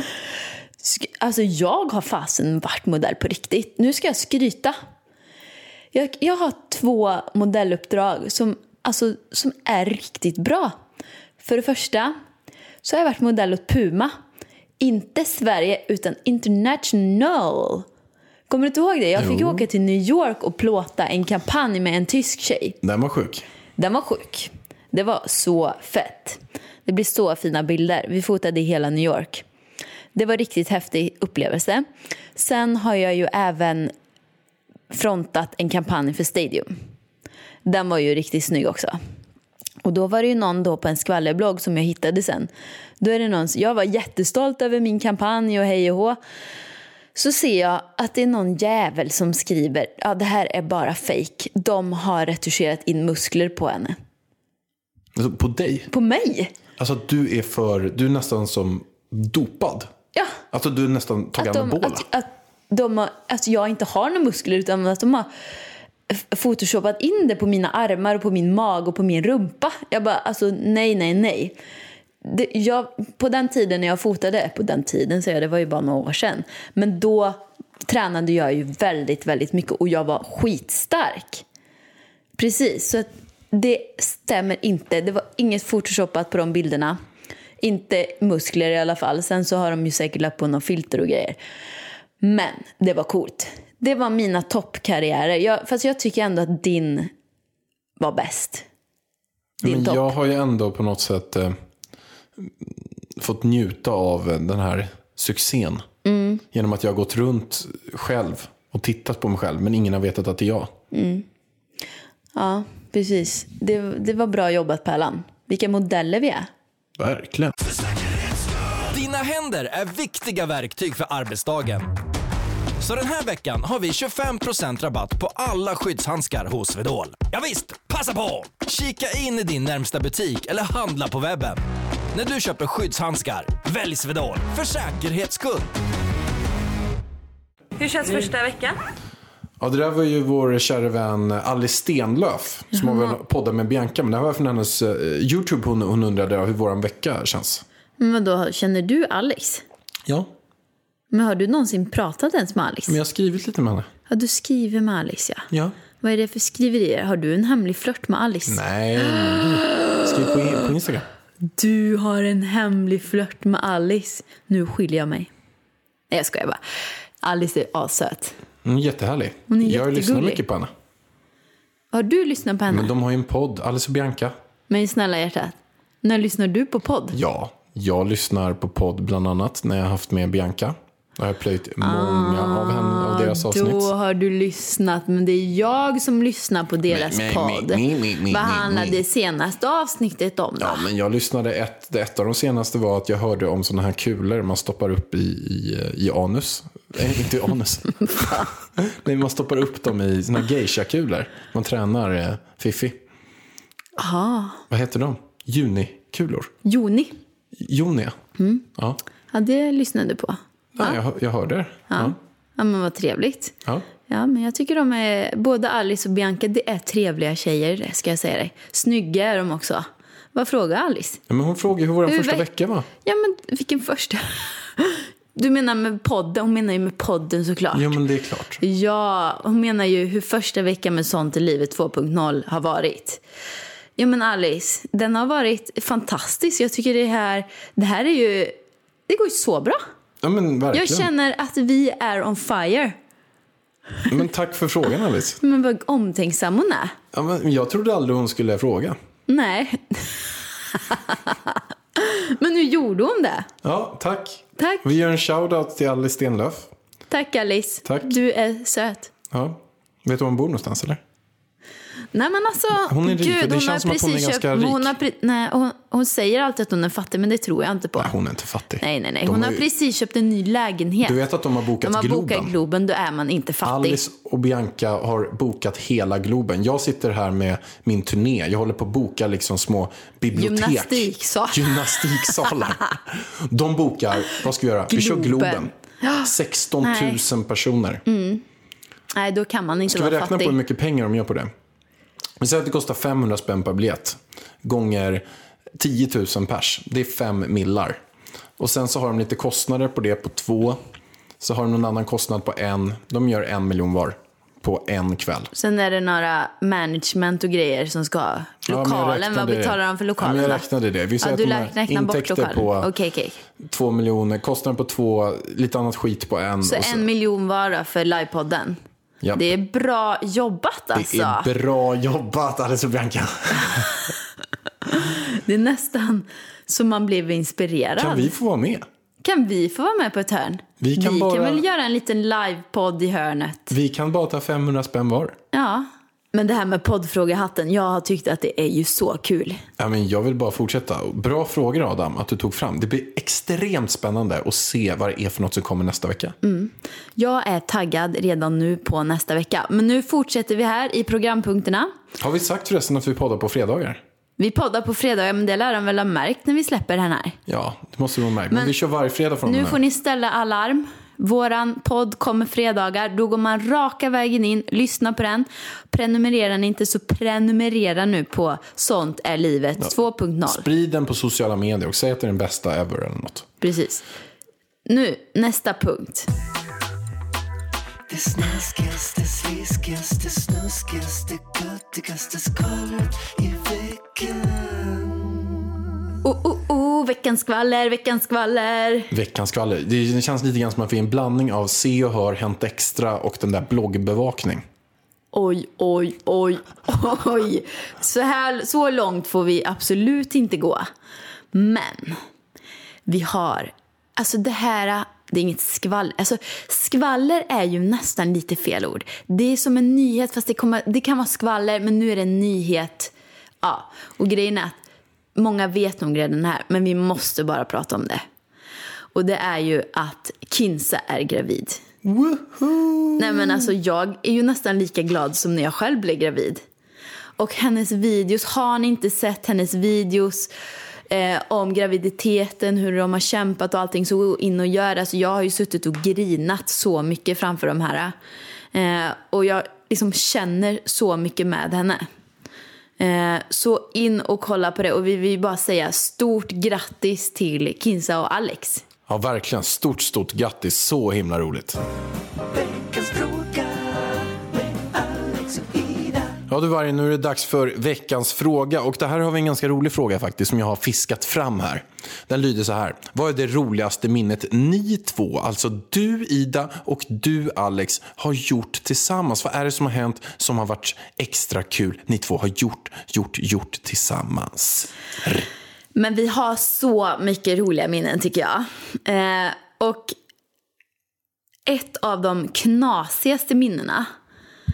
alltså jag har fasen varit modell på riktigt. Nu ska jag skryta. Jag, jag har två modelluppdrag som, alltså, som är riktigt bra. För det första så har jag varit modell åt Puma. Inte Sverige utan international. Kommer du inte ihåg det? Jag fick Jo. åka till New York och plåta en kampanj med en tysk tjej. Den var sjuk. Den var sjuk. Det var så fett. Det blir så fina bilder. Vi fotade i hela New York. Det var riktigt häftig upplevelse. Sen har jag ju även frontat en kampanj för Stadium. Den var ju riktigt snygg också. Och då var det ju någon då på en skvallerblogg som jag hittade sen. Då är det någon, jag var jättestolt över min kampanj och hej och hå. Så ser jag att det är någon jävel som skriver, ja, det här är bara fake. De har retuscherat in muskler på henne. Alltså, på dig? På mig? Alltså att du är för, du är nästan som dopad. Ja. Alltså du är nästan tagit anabola. Att, att, de har, att jag inte har några muskler utan att de har photoshopat in det på mina armar och på min mag och på min rumpa. Jag bara, alltså nej, nej, nej. Det, jag, på den tiden när jag fotade, på den tiden så jag, det var ju bara några år sedan. Men då tränade jag ju väldigt, väldigt mycket och jag var skitstark. Precis, så att det stämmer inte. Det var inget photoshopat på de bilderna. Inte muskler i alla fall. Sen så har de ju säkert lagt på någon filter och grejer. Men det var coolt. Det var mina toppkarriärer. Jag, fast jag tycker ändå att din var bäst. Din Men topp. jag har ju ändå på något sätt eh, fått njuta av den här succén. Mm. Genom att jag har gått runt själv och tittat på mig själv. Men ingen har vetat att det är jag. Mm. Ja, precis. Det, det var bra jobbat, Pärlan. Vilka modeller vi är. Verkligen. Dina händer är viktiga verktyg för arbetsdagen. Så den här veckan har vi tjugofem procent rabatt på alla skyddshandskar hos Swedol. Ja visst, passa på! Kika in i din närmsta butik eller handla på webben. När du köper skyddshandskar, välj Swedol för säkerhets skull. Hur känns första veckan? Ja, det där var ju vår kära vän Alice Stenlöf som har väl poddat med Bianca. Men det här var från hennes uh, YouTube. Hon, hon undrade hur våran vecka känns. Men då känner du Alex? Ja. Men har du någonsin pratat ens med Alex? Men jag har skrivit lite med henne. Ja, du skriver med Alex, ja. Ja. Vad är det för skriverier? Har du en hemlig flört med Alex? Nej, skriv på, på Instagram. Du har en hemlig flört med Alice. Nu skiljer jag mig. Nej, jag skojar bara. Alice är assöt. Mm, jättehärlig. Hon är jag jättegullig. lyssnar mycket på henne. Har du lyssnat på henne? Men de har ju en podd, Alice och Bianca. Men snälla hjärtat, när lyssnar du på podd? Ja, jag lyssnar på podd bland annat när jag har haft med Bianca. Jag har plöjt många ah, av, henne, av deras avsnitt. Då har du lyssnat, men det är jag som lyssnar på deras me, me, podd. Me, me, me, Vad handlade me. det senaste avsnittet om då? Ja, men jag lyssnade, ett, ett av de senaste var att jag hörde om sådana här kulor man stoppar upp i, i, i anus Nej, inte anus. Nej, man stoppar upp dem i såna geisha-kulor. Man tränar eh, fiffi. Aha. Vad heter de? Junikulor. Joni. Joni, Mm. ja. Ja, det lyssnade du på. Ja, jag, jag hörde det. Ja. Ja. Ja, men vad trevligt. Ja. Ja, men jag tycker de är, både Alice och Bianca, det är trevliga tjejer, ska jag säga dig. Snygga är de också. Vad frågar Alice? Ja, men hon frågar hur vår Hur första veck- vecka var. Ja, men vilken första? Du menar med podden? Hon menar ju med podden såklart. Ja, men det är klart. Ja, hon menar ju hur första veckan med Sånt i livet två punkt noll har varit. Ja, men Alice, den har varit fantastisk. Jag tycker det här, det här är ju, det går ju så bra. Ja, men verkligen. Jag känner att vi är on fire. Men tack för frågan, Alice. Men vad omtänksam hon är. Ja, men jag trodde aldrig hon skulle fråga. Nej. Men nu gjorde hon det. Ja, tack. Tack. Vi gör en shoutout till Alice Stenlöf. Tack Alice. Tack. Du är söt. Ja. Vet du var hon bor någonstans, eller? Nej, men alltså, Hon är rik, gud, och det hon känns har som att hon är precis ganska köpt, rik. hon, har pre- nej, hon, hon säger alltid att hon är fattig, men det tror jag inte på. Nej, hon är inte fattig. Nej, nej, nej. De Hon har har ju- precis köpt en ny lägenhet. Du vet att de har bokat de har Globen. bokat Globen, då är man inte fattig. Alice och Bianca har bokat hela Globen. Jag sitter här med min turné. Jag håller på att boka liksom små bibliotek. Gymnastiksal. Gymnastiksalar. De bokar, vad ska vi göra? Vi kör Globen. Globen. sexton tusen personer. Mm. Nej, då kan man inte Ska vi vara räkna fattig. på hur mycket pengar de gör på det? Vi säger att det kostar femhundra spänn per biljett. Gånger tio tusen pers. Det är fem millar. Och sen så har de lite kostnader på det på två. Så har de någon annan kostnad på en. De gör en miljon var på en kväll. Sen är det några management och grejer som ska... Ja, men jag Lokalen, vad räknade det. betalar de för lokalen? Ja, men jag då? räknade det. Vi säger Ja, du att de har räknar bort intäkter lokalen. på Okej, okej. två miljoner. Kostnaden på två, lite annat skit på en. Så och en miljon var då för livepodden. Ja. Det är bra jobbat alltså. Det är bra jobbat, Alice och Bianca. Det är nästan så man blev inspirerad. Kan vi få vara med? Kan vi få vara med på ett hörn? Vi kan vi bara- kan väl göra en liten livepodd i hörnet. Vi kan bara ta femhundra spänn var. Ja. Men det här med poddfrågehatten, jag har tyckt att det är ju så kul. Ja, men jag vill bara fortsätta. Bra frågor, Adam, att du tog fram. Det blir extremt spännande att se vad det är för något som kommer nästa vecka. Mm. Jag är taggad redan nu på nästa vecka. Men nu fortsätter vi här i programpunkterna. Har vi sagt förresten att vi poddar på fredagar? Vi poddar på fredagar, men det lär de väl ha märkt när vi släpper den här. Ja, det måste vara märkt. Men, Men vi kör varje fredag från Nu den får här. ni ställa alarm. Våran podd kommer fredagar. Då går man raka vägen in. Lyssna på den. Prenumererar ni inte, så prenumerera nu på Sånt är livet två punkt noll. Sprid den på sociala medier och säg att det är den bästa ever eller något. Precis. Nu, nästa punkt. Det snaskigaste, sliskigaste, snuskigaste, göttigaste skvallret i veckan. Oh, oh, oh, veckans skvaller, veckans skvaller. Veckans skvaller. Det känns lite grann som att vi är en blandning av Se och Hör, Hänt Extra och den där bloggbevakning. Oj, oj, oj, oj. Så, här, så långt får vi absolut inte gå. Men vi har, alltså det här, det är inget skvaller. Alltså skvaller är ju nästan lite fel ord. Det är som en nyhet, fast det, kommer, det kan vara skvaller, men nu är det en nyhet. Ja, och grejen är att många vet nog redan här, men vi måste bara prata om det. Och det är ju att Kinsa är gravid. Woohoo! Nej, men alltså jag är ju nästan lika glad som när jag själv blev gravid. Och hennes videos, har ni inte sett hennes videos eh, om graviditeten, hur de har kämpat och allting, så gå in och gör. Alltså jag har ju suttit och grinat så mycket framför de här. Eh, och jag liksom känner så mycket med henne. Eh, så in och kolla på det. Och vi vill bara säga stort grattis till Kinsa och Alex. Ja, verkligen. Stort, stort grattis. Så himla roligt. Veckans fråga med Alex och Ida. Ja, du Vargen, nu är det dags för veckans fråga. Och det här har vi en ganska rolig fråga faktiskt som jag har fiskat fram här. Den lyder så här. Vad är det roligaste minnet ni två, alltså du Ida och du Alex, har gjort tillsammans? Vad är det som har hänt som har varit extra kul ni två har gjort, gjort, gjort tillsammans? Men vi har så mycket roliga minnen tycker jag. Eh, och ett av de knasigaste minnena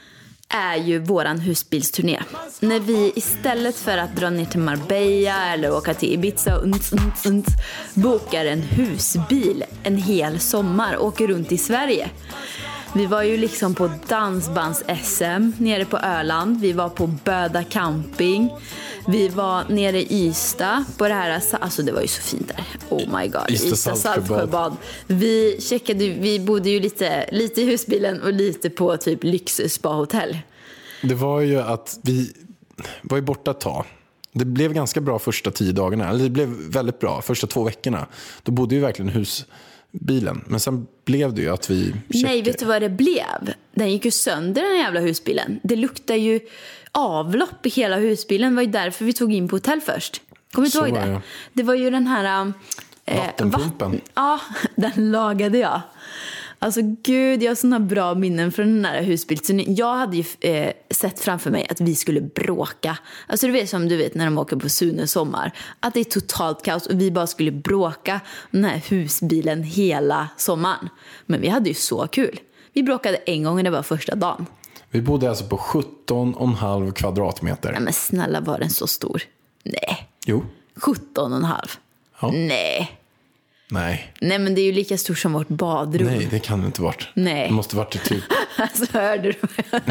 är ju våran husbilsturné. När vi istället för att dra ner till Marbella eller åka till Ibiza och uns, uns, uns, bokar en husbil en hel sommar och åker runt i Sverige. Vi var ju liksom på dansbands-S M nere på Öland. Vi var på Böda camping. Vi var nere i Ystad på det här, alltså det var ju så fint där. Oh my god, Ystad, Ystad saltsjöbad. Vi checkade, vi bodde ju lite, lite i husbilen och lite på typ lyx spa-hotell. Det var ju att vi var ju borta ett tag. Det blev ganska bra första tio dagarna. Eller det blev väldigt bra första två veckorna. Då bodde ju verkligen husbilen. Men sen blev det ju att vi checkade. Nej, vet du vad det blev? Den gick ju sönder, den jävla husbilen. Det luktar ju avlopp i hela husbilen. Det var ju därför vi tog in på hotell först. Kommer du Så ihåg var det? det. Det var ju den här... Eh, Vattenpumpen. Vatten, ja, den lagade jag. Alltså gud, jag har såna bra minnen från den här husbilen. Jag hade ju eh, sett framför mig att vi skulle bråka. Alltså du vet som du vet när de åker på Sune sommar. Att det är totalt kaos och vi bara skulle bråka den här husbilen hela sommaren. Men vi hade ju så kul. Vi bråkade en gång och det var första dagen. Vi bodde alltså på sjutton komma fem kvadratmeter. Nej men snälla, var den så stor? Nej. Jo. sjutton komma fem. Ja. Nej. Nej. Nej men det är ju lika stort som vårt badrum. Nej, det kan det inte varit. Nej. Det måste varit typ... Alltså hörde du?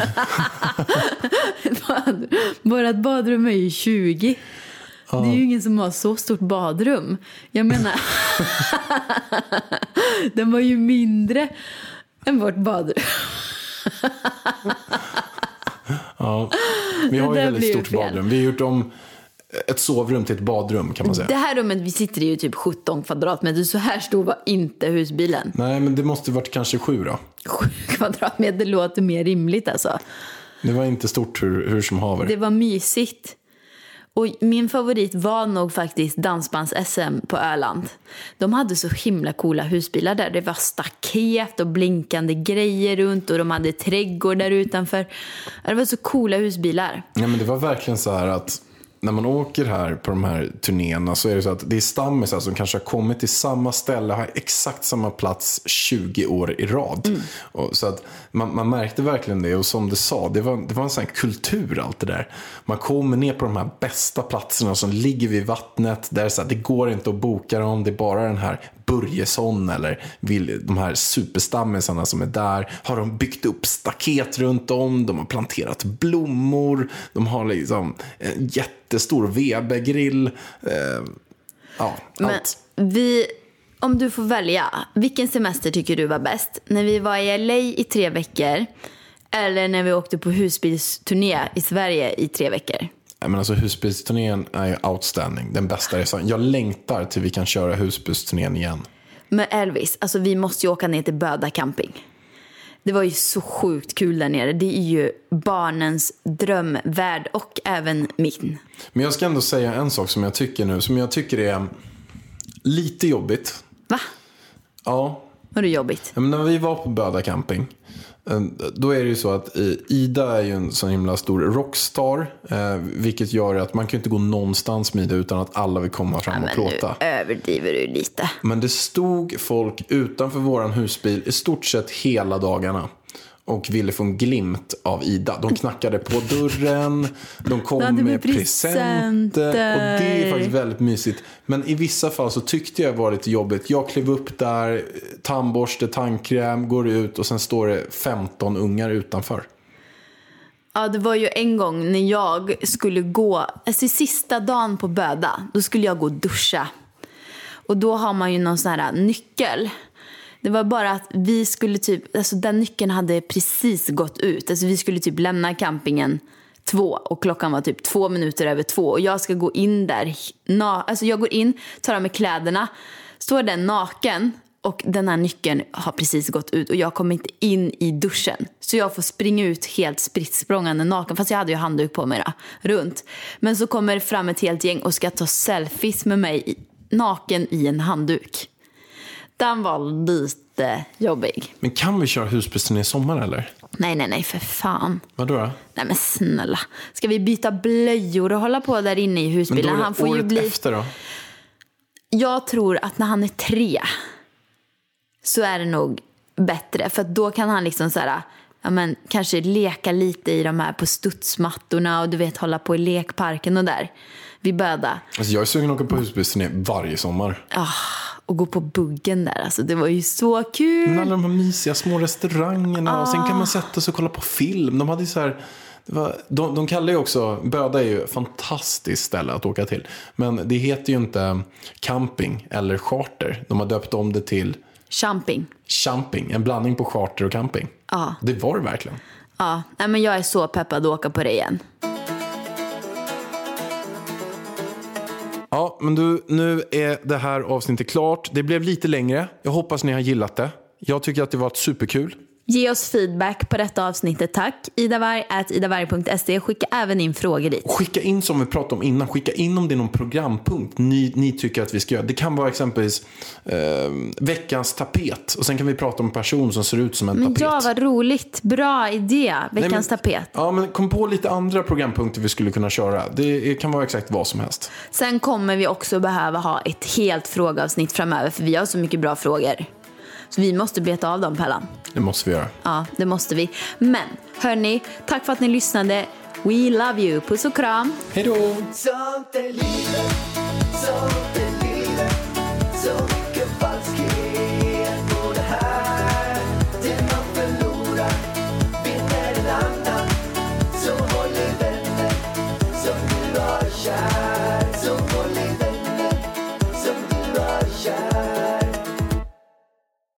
Vårat badrum är ju tjugo. Ja. Det är ju ingen som har så stort badrum. Jag menar... Den var ju mindre än vårt badrum. Ja. Vi har ju väldigt stort badrum. Vi har gjort om ett sovrum till ett badrum kan man säga. Det här rummet vi sitter i ju typ sjutton kvadratmeter. Så här stor var inte husbilen. Nej, men det måste varit kanske sju då. Sju kvadratmeter låter mer rimligt alltså. Det var inte stort hur, hur som haver. Det var mysigt. Och min favorit var nog faktiskt dansbands-S M på Öland. De hade så himla coola husbilar där. Det var staket och blinkande grejer runt. Och de hade trädgård där utanför. Det var så coola husbilar. Ja, men det var verkligen så här att när man åker här på de här turnéerna så är det så att det är stammisar som kanske har kommit till samma ställe, har exakt samma plats tjugo år i rad. Mm. Och så att man, man märkte verkligen det, och som du sa, det var, det var en sån här kultur allt det där. Man kommer ner på de här bästa platserna som ligger vid vattnet, där så här, det går inte att boka dem, det är bara den här Börjesson eller vill, de här superstammisarna som är där, har de byggt upp staket runt om, de har planterat blommor, de har liksom en jättestor Webergrill, eh, ja, Men allt. vi, om du får välja, vilken semester tycker du var bäst? När vi var i L A i tre veckor eller när vi åkte på husbilsturné i Sverige i tre veckor? Men alltså husbilsturnén är ju outstanding, den bästa resan. Jag längtar till vi kan köra husbilsturnén igen. Men Elvis, alltså vi måste ju åka ner till Böda camping. Det var ju så sjukt kul där nere. Det är ju barnens drömvärld och även min. Men jag ska ändå säga en sak som jag tycker nu, som jag tycker är lite jobbigt. Va? Ja. Var det jobbigt? Men när vi var på Böda camping, då är det ju så att Ida är ju en sån himla stor rockstar, eh, vilket gör att man kan inte gå någonstans med det utan att alla vill komma fram ja, och plåta. Nu överdriver du lite. Men det stod folk utanför våran husbil i stort sett hela dagarna och ville få en glimt av Ida. De knackade på dörren, de kom de med presenter, och det är faktiskt väldigt mysigt. Men i vissa fall så tyckte jag det var lite jobbigt. Jag klev upp där, tandborste, tandkräm, går ut och sen står det femton ungar utanför. Ja, det var ju en gång när jag skulle gå, alltså sista dagen på Böda, då skulle jag gå och duscha. Och då har man ju någon sån här nyckel. Det var bara att vi skulle typ, alltså den nyckeln hade precis gått ut. Alltså vi skulle typ lämna campingen två och klockan var typ två minuter över två. Och jag ska gå in där, na- alltså jag går in, tar av mig kläderna, står där naken och den här nyckeln har precis gått ut. Och jag kommer inte in i duschen. Så jag får springa ut helt spritt språngande naken, fast jag hade ju handduk på mig då, runt. Men så kommer fram ett helt gäng och ska ta selfies med mig i, naken i en handduk. Den var lite jobbig. Men kan vi köra husbilsturné i sommar eller? Nej, nej, nej, för fan. Vadå då? Nej, men snälla. Ska vi byta blöjor och hålla på där inne i husbilen? Men då är det han får året ju bli... efter då? Jag tror att när han är tre så är det nog bättre. För då kan han liksom så här ja, men, kanske leka lite i de här på studsmattorna och du vet hålla på i lekparken och där. Vi böda. Alltså jag är sugen att åka på husbilsturné varje sommar. Ah, och gå på buggen där. Alltså, det var ju så kul. Men alla de här mysiga små restaurangerna. Ah. Och sen kan man sätta sig och kolla på film. De hade ju så här... Det var, de, de kallar ju också... Böda är ju ett fantastiskt ställe att åka till. Men det heter ju inte camping eller charter. De har döpt om det till... Camping. Camping. En blandning på charter och camping. Ja. Ah. Det var det verkligen. Ja, ah. Men jag är så peppad att åka på det igen. Ja, men du, nu är det här avsnittet klart. Det blev lite längre. Jag hoppas ni har gillat det. Jag tycker att det var ett superkul. Ge oss feedback på detta avsnittet, tack. idavarg at idavarg punkt se. Skicka även in frågor dit. Skicka in som vi pratade om innan. Skicka in om det är någon programpunkt ni, ni tycker att vi ska göra. Det kan vara exempelvis eh, veckans tapet. Och sen kan vi prata om en person som ser ut som en men tapet. Ja, vad roligt. Bra idé. Veckans Nej, men, tapet. Ja, men kom på lite andra programpunkter vi skulle kunna köra. Det kan vara exakt vad som helst. Sen kommer vi också behöva ha ett helt frågeavsnitt framöver. För vi har så mycket bra frågor. Så vi måste beta av dem, Pellan. Det måste vi göra. Ja, det måste vi. Men, hörni, tack för att ni lyssnade. We love you. Puss och kram. Hej då! Sånt är livet, sånt är livet, sånt